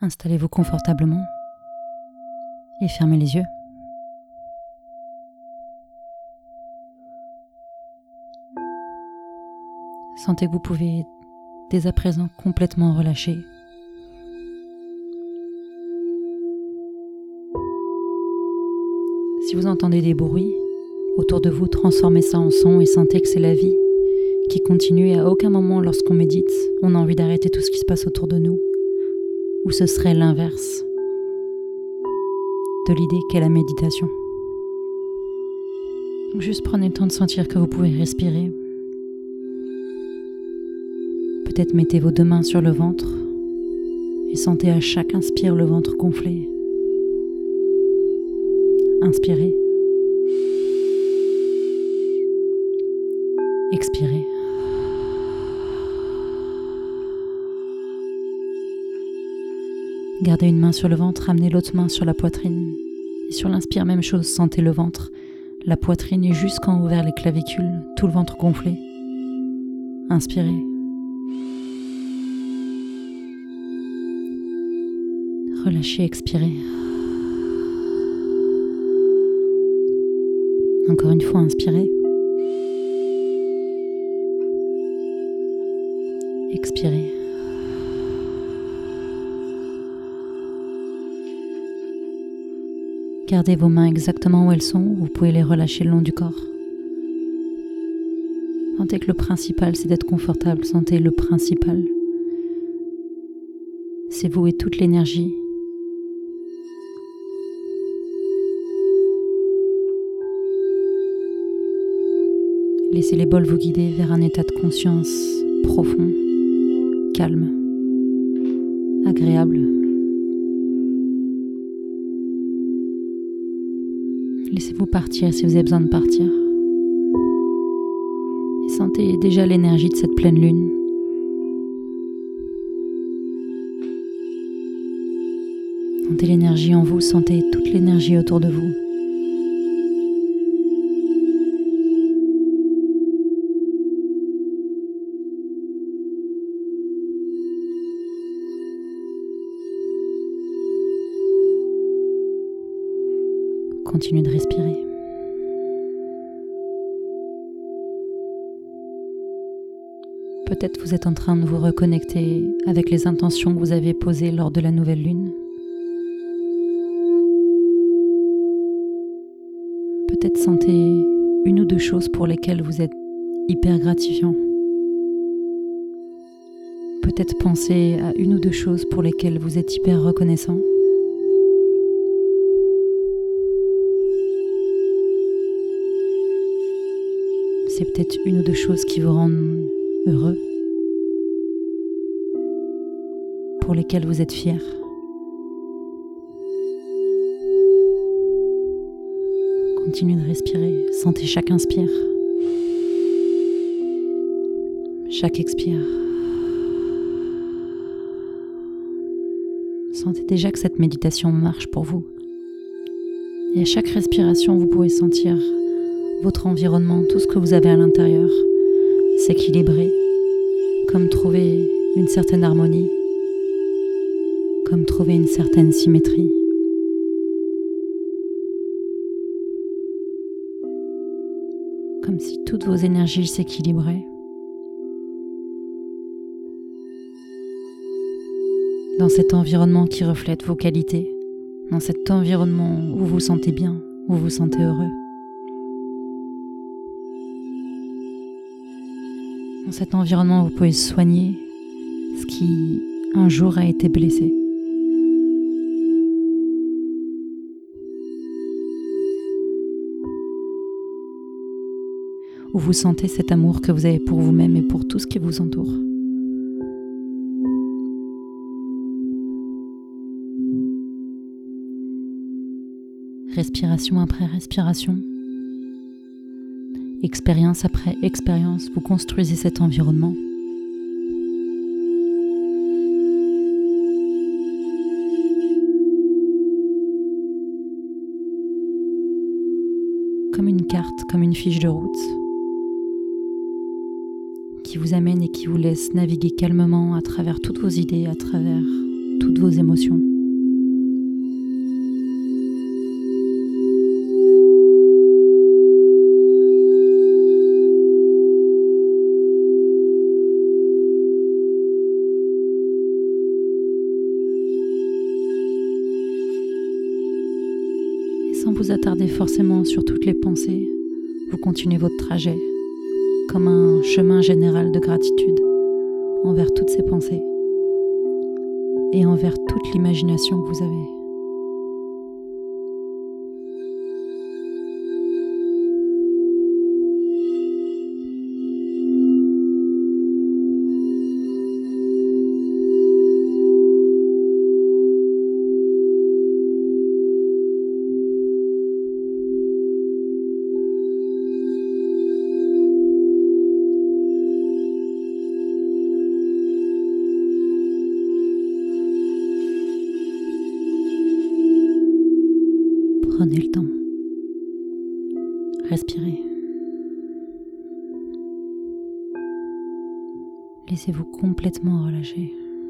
Installez-vous confortablement et fermez les yeux. Sentez que vous pouvez dès à présent complètement relâcher. Si vous entendez des bruits autour de vous, transformez ça en son et sentez que c'est la vie qui continue et à aucun moment lorsqu'on médite, on a envie d'arrêter tout ce qui se passe autour de nous. Ou ce serait l'inverse de l'idée qu'est la méditation. Donc juste prenez le temps de sentir que vous pouvez respirer. Peut-être mettez vos 2 mains sur le ventre et sentez à chaque inspire le ventre gonfler. Inspirez. Expirez. Gardez une main sur le ventre, ramenez l'autre main sur la poitrine. Et sur l'inspire, même chose, sentez le ventre, la poitrine et jusqu'en haut vers les clavicules, tout le ventre gonflé. Inspirez. Relâchez, expirez. Encore une fois, inspirez. Expirez. Gardez vos mains exactement où elles sont, vous pouvez les relâcher le long du corps. Sentez que le principal, c'est d'être confortable. Sentez le principal. C'est vous et toute l'énergie. Laissez les bols vous guider vers un état de conscience profond, calme, agréable. Laissez-vous partir si vous avez besoin de partir. Et sentez déjà l'énergie de cette pleine lune. Sentez l'énergie en vous, sentez toute l'énergie autour de vous. Continuez de respirer. Peut-être vous êtes en train de vous reconnecter avec les intentions que vous avez posées lors de la nouvelle lune. Peut-être sentez 1 ou 2 choses pour lesquelles vous êtes hyper gratifiant. Peut-être pensez à 1 ou 2 choses pour lesquelles vous êtes hyper reconnaissant. C'est peut-être 1 ou 2 choses qui vous rendent heureux, pour lesquelles vous êtes fiers. Continuez de respirer, sentez chaque inspire, chaque expire. Sentez déjà que cette méditation marche pour vous. Et à chaque respiration, vous pouvez sentir votre environnement, tout ce que vous avez à l'intérieur, s'équilibrer, comme trouver une certaine harmonie, comme trouver une certaine symétrie. Comme si toutes vos énergies s'équilibraient. Dans cet environnement qui reflète vos qualités, dans cet environnement où vous vous sentez bien, où vous vous sentez heureux. Dans cet environnement, vous pouvez soigner ce qui un jour a été blessé. Où vous sentez cet amour que vous avez pour vous-même et pour tout ce qui vous entoure. Respiration après respiration. Expérience après expérience, vous construisez cet environnement. Comme une carte, comme une fiche de route qui vous amène et qui vous laisse naviguer calmement à travers toutes vos idées, à travers toutes vos émotions. Sans vous attarder forcément sur toutes les pensées, vous continuez votre trajet comme un chemin général de gratitude envers toutes ces pensées et envers toute l'imagination que vous avez. Prenez le temps. Respirez. Laissez-vous complètement relâcher.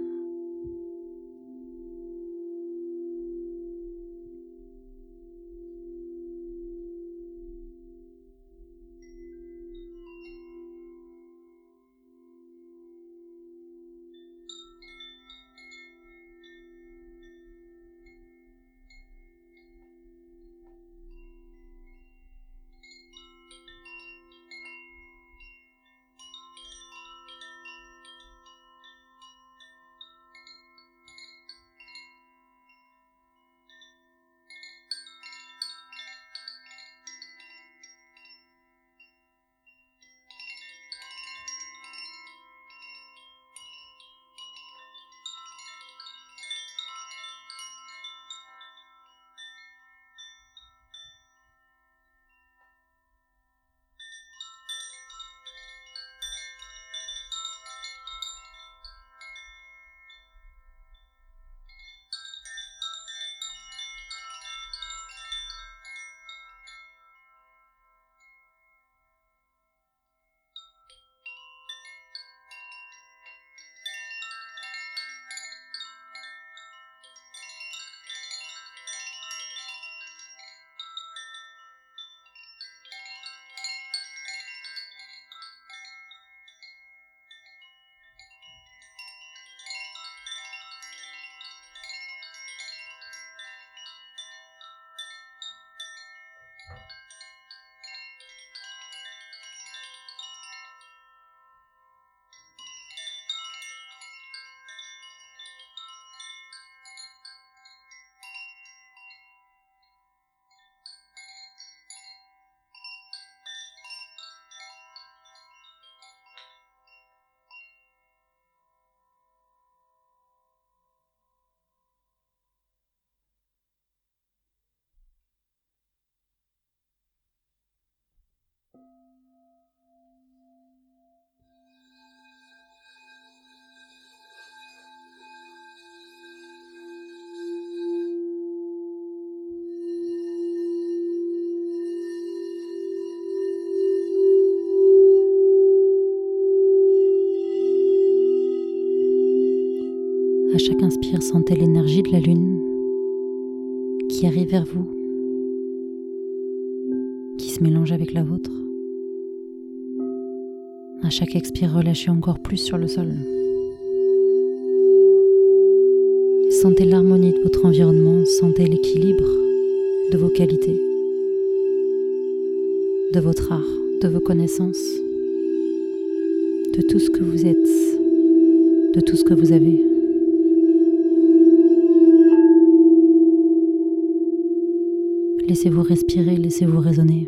À chaque inspire, sentez l'énergie de la lune qui arrive vers vous, qui se mélange avec la vôtre. À chaque expire, relâchez encore plus sur le sol. Sentez l'harmonie de votre environnement, sentez l'équilibre de vos qualités, de votre art, de vos connaissances, de tout ce que vous êtes, de tout ce que vous avez. Laissez-vous respirer, laissez-vous raisonner.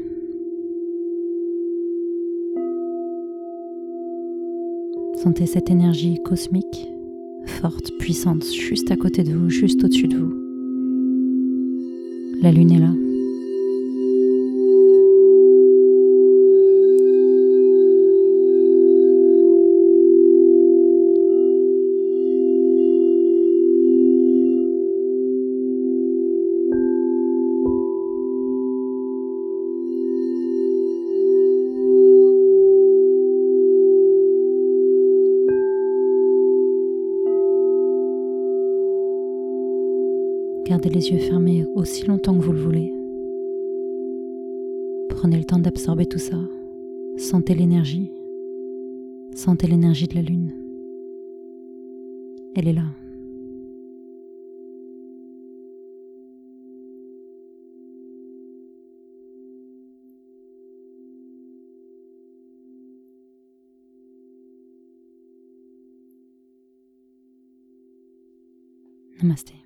Sentez cette énergie cosmique, forte, puissante, juste à côté de vous, juste au-dessus de vous. La lune est là. Gardez les yeux fermés aussi longtemps que vous le voulez. Prenez le temps d'absorber tout ça. Sentez l'énergie. Sentez l'énergie de la lune. Elle est là. Namasté.